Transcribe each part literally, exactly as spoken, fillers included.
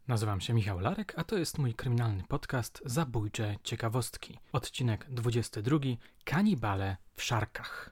Nazywam się Michał Larek, a to jest mój kryminalny podcast Zabójcze Ciekawostki. Odcinek dwudziesty drugi. Kanibale w szarkach.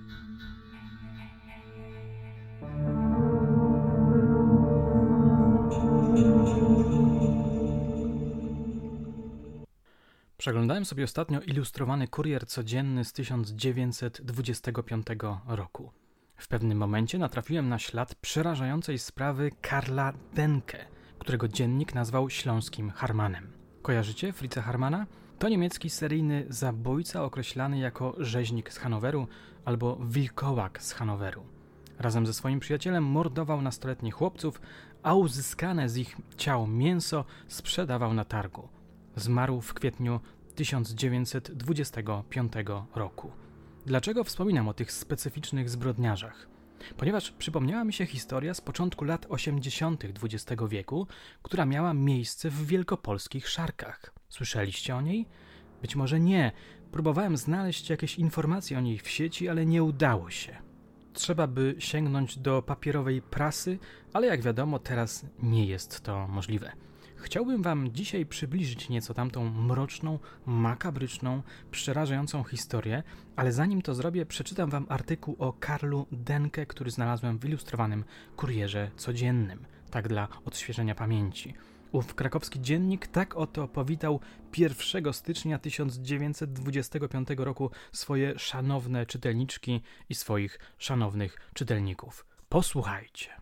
Przeglądałem sobie ostatnio ilustrowany kurier codzienny z tysiąc dziewięćset dwudziestego piątego roku. W pewnym momencie natrafiłem na ślad przerażającej sprawy Karla Denke, którego dziennik nazwał śląskim Harmanem. Kojarzycie Fritza Harmana? To niemiecki seryjny zabójca określany jako rzeźnik z Hanoweru albo wilkołak z Hanoweru. Razem ze swoim przyjacielem mordował nastoletnich chłopców, a uzyskane z ich ciał mięso sprzedawał na targu. Zmarł w kwietniu tysiąc dziewięćset dwudziestego piątego roku. Dlaczego wspominam o tych specyficznych zbrodniarzach? Ponieważ przypomniała mi się historia z początku lat osiemdziesiątych dwudziestego wieku, która miała miejsce w wielkopolskich szarkach. Słyszeliście o niej? Być może nie. Próbowałem znaleźć jakieś informacje o niej w sieci, ale nie udało się. Trzeba by sięgnąć do papierowej prasy, ale jak wiadomo, teraz nie jest to możliwe. Chciałbym wam dzisiaj przybliżyć nieco tamtą mroczną, makabryczną, przerażającą historię, ale zanim to zrobię, przeczytam wam artykuł o Karlu Denke, który znalazłem w ilustrowanym kurierze codziennym, tak dla odświeżenia pamięci. Ów krakowski dziennik tak oto powitał pierwszego stycznia tysiąc dziewięćset dwudziestego piątego roku swoje szanowne czytelniczki i swoich szanownych czytelników. Posłuchajcie.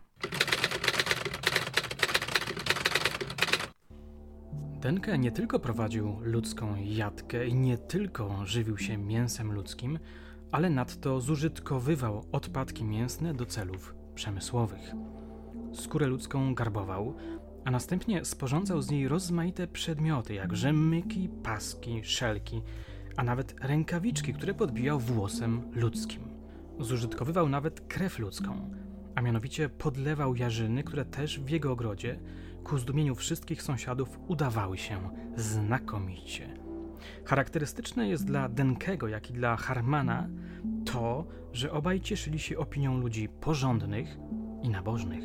Denke nie tylko prowadził ludzką jatkę i nie tylko żywił się mięsem ludzkim, ale nadto zużytkowywał odpadki mięsne do celów przemysłowych. Skórę ludzką garbował, a następnie sporządzał z niej rozmaite przedmioty, jak rzemyki, paski, szelki, a nawet rękawiczki, które podbijał włosem ludzkim. Zużytkowywał nawet krew ludzką, a mianowicie podlewał jarzyny, które też w jego ogrodzie ku zdumieniu wszystkich sąsiadów udawały się znakomicie. Charakterystyczne jest dla Denkego, jak i dla Harmana to, że obaj cieszyli się opinią ludzi porządnych i nabożnych.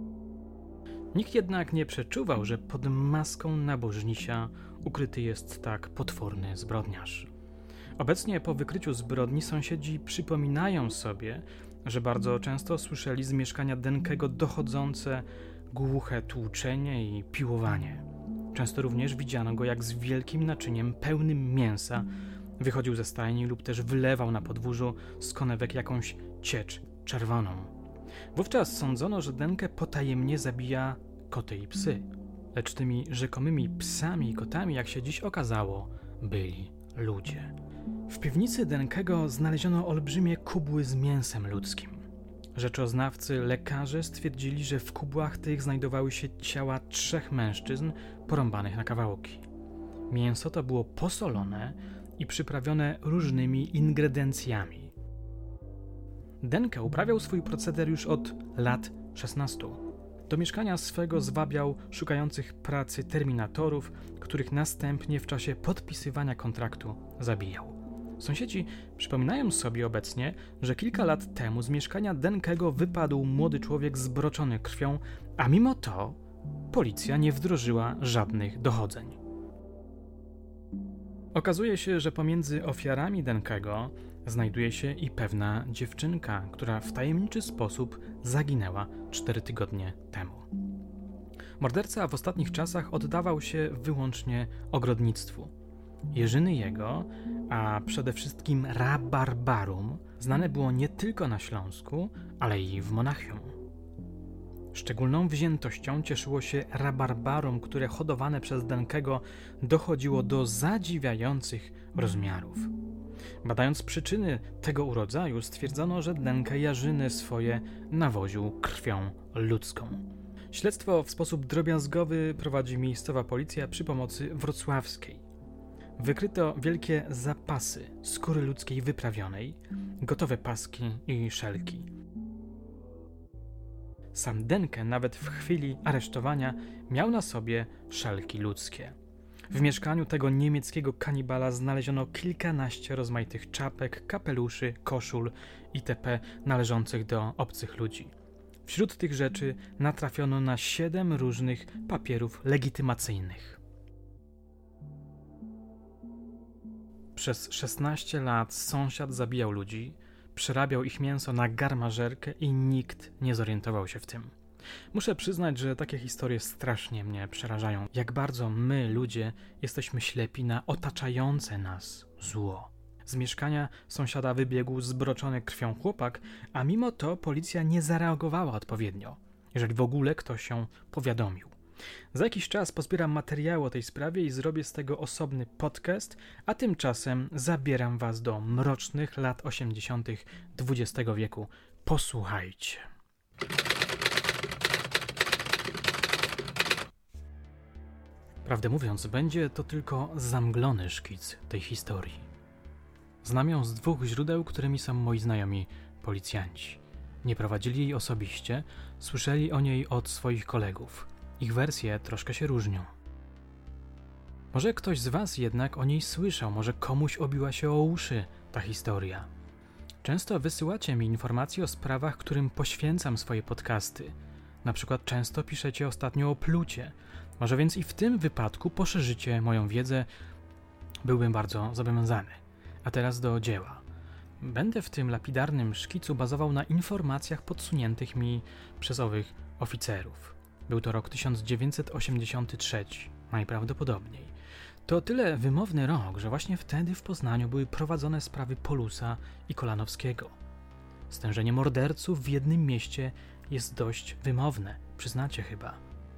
Nikt jednak nie przeczuwał, że pod maską nabożnisia ukryty jest tak potworny zbrodniarz. Obecnie po wykryciu zbrodni sąsiedzi przypominają sobie, że bardzo często słyszeli z mieszkania Denkego dochodzące głuche tłuczenie i piłowanie. Często również widziano go, jak z wielkim naczyniem pełnym mięsa wychodził ze stajni lub też wylewał na podwórzu z konewek jakąś ciecz czerwoną. Wówczas sądzono, że Denke potajemnie zabija koty i psy, lecz tymi rzekomymi psami i kotami, jak się dziś okazało, byli ludzie. W piwnicy Denkego znaleziono olbrzymie kubły z mięsem ludzkim. Rzeczoznawcy lekarze stwierdzili, że w kubłach tych znajdowały się ciała trzech mężczyzn porąbanych na kawałki. Mięso to było posolone i przyprawione różnymi ingredencjami. Denke uprawiał swój proceder już od lat szesnastu. Do mieszkania swego zwabiał szukających pracy terminatorów, których następnie w czasie podpisywania kontraktu zabijał. Sąsiedzi przypominają sobie obecnie, że kilka lat temu z mieszkania Denkego wypadł młody człowiek zbroczony krwią, a mimo to policja nie wdrożyła żadnych dochodzeń. Okazuje się, że pomiędzy ofiarami Denkego znajduje się i pewna dziewczynka, która w tajemniczy sposób zaginęła cztery tygodnie temu. Morderca w ostatnich czasach oddawał się wyłącznie ogrodnictwu. Jerzyny jego, a przede wszystkim rabarbarum, znane było nie tylko na Śląsku, ale i w Monachium. Szczególną wziętością cieszyło się rabarbarum, które hodowane przez Denkego dochodziło do zadziwiających rozmiarów. Badając przyczyny tego urodzaju, stwierdzono, że Denke jarzyny swoje nawoził krwią ludzką. Śledztwo w sposób drobiazgowy prowadzi miejscowa policja przy pomocy wrocławskiej. Wykryto wielkie zapasy skóry ludzkiej wyprawionej, gotowe paski i szelki. Sam Denke nawet w chwili aresztowania miał na sobie szelki ludzkie. W mieszkaniu tego niemieckiego kanibala znaleziono kilkanaście rozmaitych czapek, kapeluszy, koszul itp. Należących do obcych ludzi. Wśród tych rzeczy natrafiono na siedem różnych papierów legitymacyjnych. Przez szesnaście lat sąsiad zabijał ludzi, przerabiał ich mięso na garmażerkę i nikt nie zorientował się w tym. Muszę przyznać, że takie historie strasznie mnie przerażają. Jak bardzo my, ludzie, jesteśmy ślepi na otaczające nas zło. Z mieszkania sąsiada wybiegł zbroczony krwią chłopak, a mimo to policja nie zareagowała odpowiednio, jeżeli w ogóle ktoś się powiadomił. Za jakiś czas pozbieram materiały o tej sprawie i zrobię z tego osobny podcast, a tymczasem zabieram was do mrocznych lat osiemdziesiątych dwudziestego wieku. Posłuchajcie. Prawdę mówiąc, będzie to tylko zamglony szkic tej historii. Znam ją z dwóch źródeł, którymi są moi znajomi policjanci. Nie prowadzili jej osobiście, słyszeli o niej od swoich kolegów. Ich wersje troszkę się różnią. Może ktoś z was jednak o niej słyszał, może komuś obiła się o uszy ta historia. Często wysyłacie mi informacje o sprawach, którym poświęcam swoje podcasty. Na przykład często piszecie ostatnio o plucie. Może więc i w tym wypadku poszerzycie moją wiedzę. Byłbym bardzo zobowiązany. A teraz do dzieła. Będę w tym lapidarnym szkicu bazował na informacjach podsuniętych mi przez owych oficerów. Był to rok tysiąc dziewięćset osiemdziesiąty trzeci, najprawdopodobniej. To tyle wymowny rok, że właśnie wtedy w Poznaniu były prowadzone sprawy Polusa i Kolanowskiego. Stężenie morderców w jednym mieście jest dość wymowne, przyznacie chyba.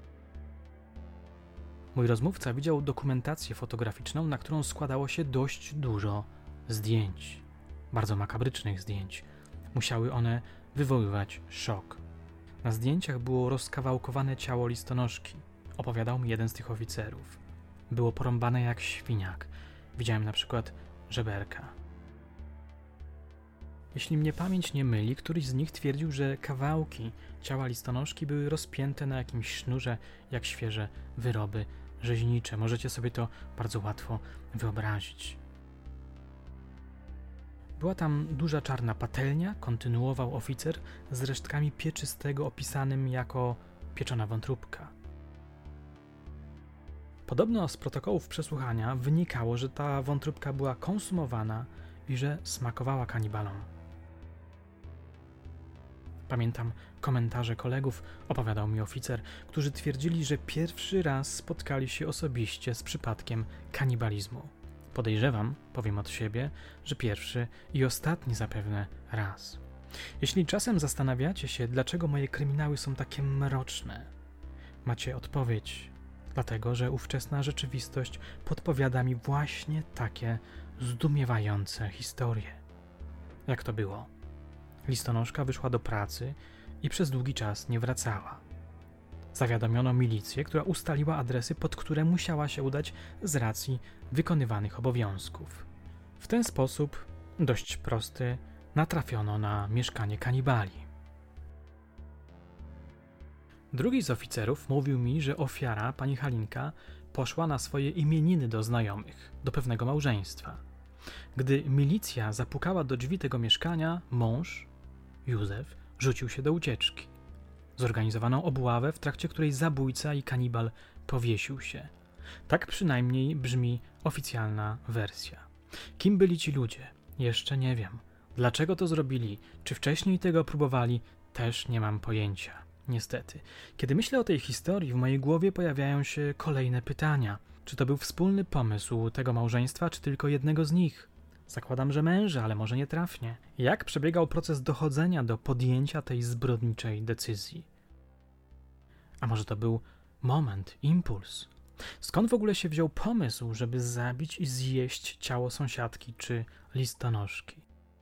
Mój rozmówca widział dokumentację fotograficzną, na którą składało się dość dużo zdjęć. Bardzo makabrycznych zdjęć. Musiały one wywoływać szok. Na zdjęciach było rozkawałkowane ciało listonoszki. Opowiadał mi jeden z tych oficerów. Było porąbane jak świniak. Widziałem na przykład żeberka. Jeśli mnie pamięć nie myli, któryś z nich twierdził, że kawałki ciała listonoszki były rozpięte na jakimś sznurze, jak świeże wyroby rzeźnicze. Możecie sobie to bardzo łatwo wyobrazić. Była tam duża czarna patelnia, kontynuował oficer, z resztkami pieczystego opisanym jako pieczona wątróbka. Podobno z protokołów przesłuchania wynikało, że ta wątróbka była konsumowana i że smakowała kanibalom. Pamiętam komentarze kolegów, opowiadał mi oficer, którzy twierdzili, że pierwszy raz spotkali się osobiście z przypadkiem kanibalizmu. Podejrzewam, powiem od siebie, że pierwszy i ostatni zapewne raz. Jeśli czasem zastanawiacie się, dlaczego moje kryminały są takie mroczne, macie odpowiedź, dlatego że ówczesna rzeczywistość podpowiada mi właśnie takie zdumiewające historie. Jak to było? Listonoszka wyszła do pracy i przez długi czas nie wracała. Zawiadomiono milicję, która ustaliła adresy, pod które musiała się udać z racji wykonywanych obowiązków. W ten sposób, dość prosty, natrafiono na mieszkanie kanibali. Drugi z oficerów mówił mi, że ofiara, pani Halinka, poszła na swoje imieniny do znajomych, do pewnego małżeństwa. Gdy milicja zapukała do drzwi tego mieszkania, mąż, Józef, rzucił się do ucieczki. Zorganizowano obławę, w trakcie której zabójca i kanibal powiesił się. Tak przynajmniej brzmi oficjalna wersja. Kim byli ci ludzie? Jeszcze nie wiem. Dlaczego to zrobili? Czy wcześniej tego próbowali? Też nie mam pojęcia. Niestety. Kiedy myślę o tej historii, w mojej głowie pojawiają się kolejne pytania. Czy to był wspólny pomysł tego małżeństwa, czy tylko jednego z nich? Zakładam, że męża, ale może nie trafnie. Jak przebiegał proces dochodzenia do podjęcia tej zbrodniczej decyzji? A może to był moment, impuls? Skąd w ogóle się wziął pomysł, żeby zabić i zjeść ciało sąsiadki czy listonoszki?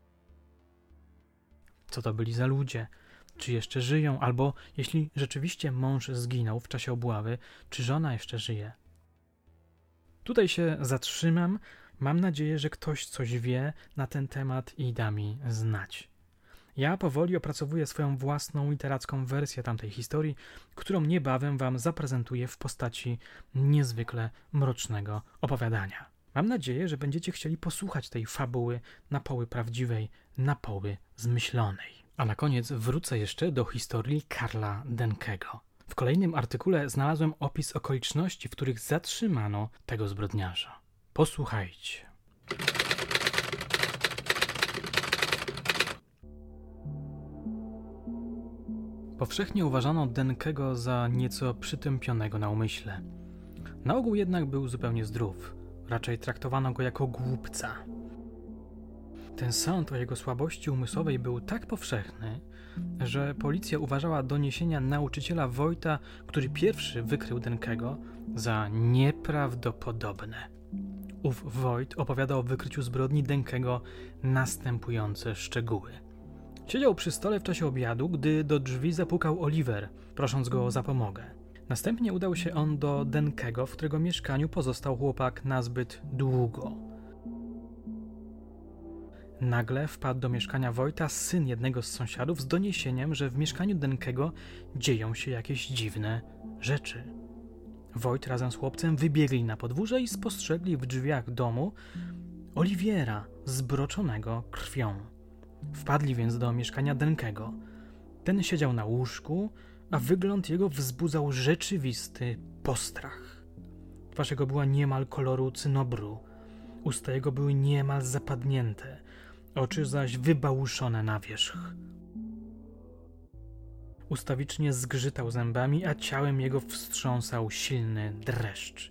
Co to byli za ludzie? Czy jeszcze żyją? Albo jeśli rzeczywiście mąż zginął w czasie obławy, czy żona jeszcze żyje? Tutaj się zatrzymam. Mam nadzieję, że ktoś coś wie na ten temat i da mi znać. Ja powoli opracowuję swoją własną literacką wersję tamtej historii, którą niebawem wam zaprezentuję w postaci niezwykle mrocznego opowiadania. Mam nadzieję, że będziecie chcieli posłuchać tej fabuły na poły prawdziwej, na poły zmyślonej. A na koniec wrócę jeszcze do historii Karla Denkego. W kolejnym artykule znalazłem opis okoliczności, w których zatrzymano tego zbrodniarza. Posłuchajcie. Powszechnie uważano Denkego za nieco przytępionego na umyśle. Na ogół jednak był zupełnie zdrów. Raczej traktowano go jako głupca. Ten sąd o jego słabości umysłowej był tak powszechny, że policja uważała doniesienia nauczyciela Wojta, który pierwszy wykrył Denkego, za nieprawdopodobne. Ów Wojt opowiadał o wykryciu zbrodni Denkego następujące szczegóły. Siedział przy stole w czasie obiadu, gdy do drzwi zapukał Oliver, prosząc go o zapomogę. Następnie udał się on do Denkego, w którego mieszkaniu pozostał chłopak nazbyt długo. Nagle wpadł do mieszkania Wojta syn jednego z sąsiadów z doniesieniem, że w mieszkaniu Denkego dzieją się jakieś dziwne rzeczy. Wojt razem z chłopcem wybiegli na podwórze i spostrzegli w drzwiach domu Oliwiera zbroczonego krwią. Wpadli więc do mieszkania Denkego. Ten siedział na łóżku, a wygląd jego wzbudzał rzeczywisty postrach. Twarz jego była niemal koloru cynobru, usta jego były niemal zapadnięte, oczy zaś wybałuszone na wierzch. Ustawicznie zgrzytał zębami, a ciałem jego wstrząsał silny dreszcz.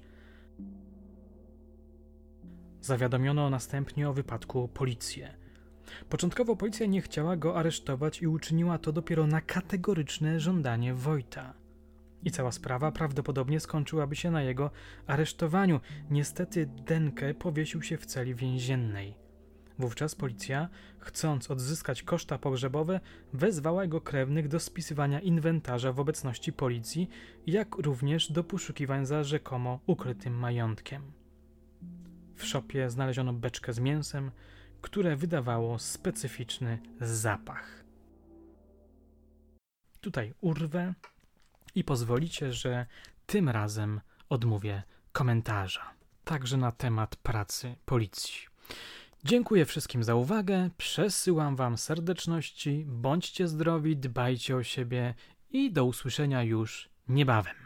Zawiadomiono następnie o wypadku policję. Początkowo policja nie chciała go aresztować i uczyniła to dopiero na kategoryczne żądanie Wojta. I cała sprawa prawdopodobnie skończyłaby się na jego aresztowaniu. Niestety Denke powiesił się w celi więziennej. Wówczas policja, chcąc odzyskać koszta pogrzebowe, wezwała jego krewnych do spisywania inwentarza w obecności policji, jak również do poszukiwań za rzekomo ukrytym majątkiem. W szopie znaleziono beczkę z mięsem, które wydawało specyficzny zapach. Tutaj urwę i pozwolicie, że tym razem odmówię komentarza, także na temat pracy policji. Dziękuję wszystkim za uwagę, przesyłam wam serdeczności, bądźcie zdrowi, dbajcie o siebie i do usłyszenia już niebawem.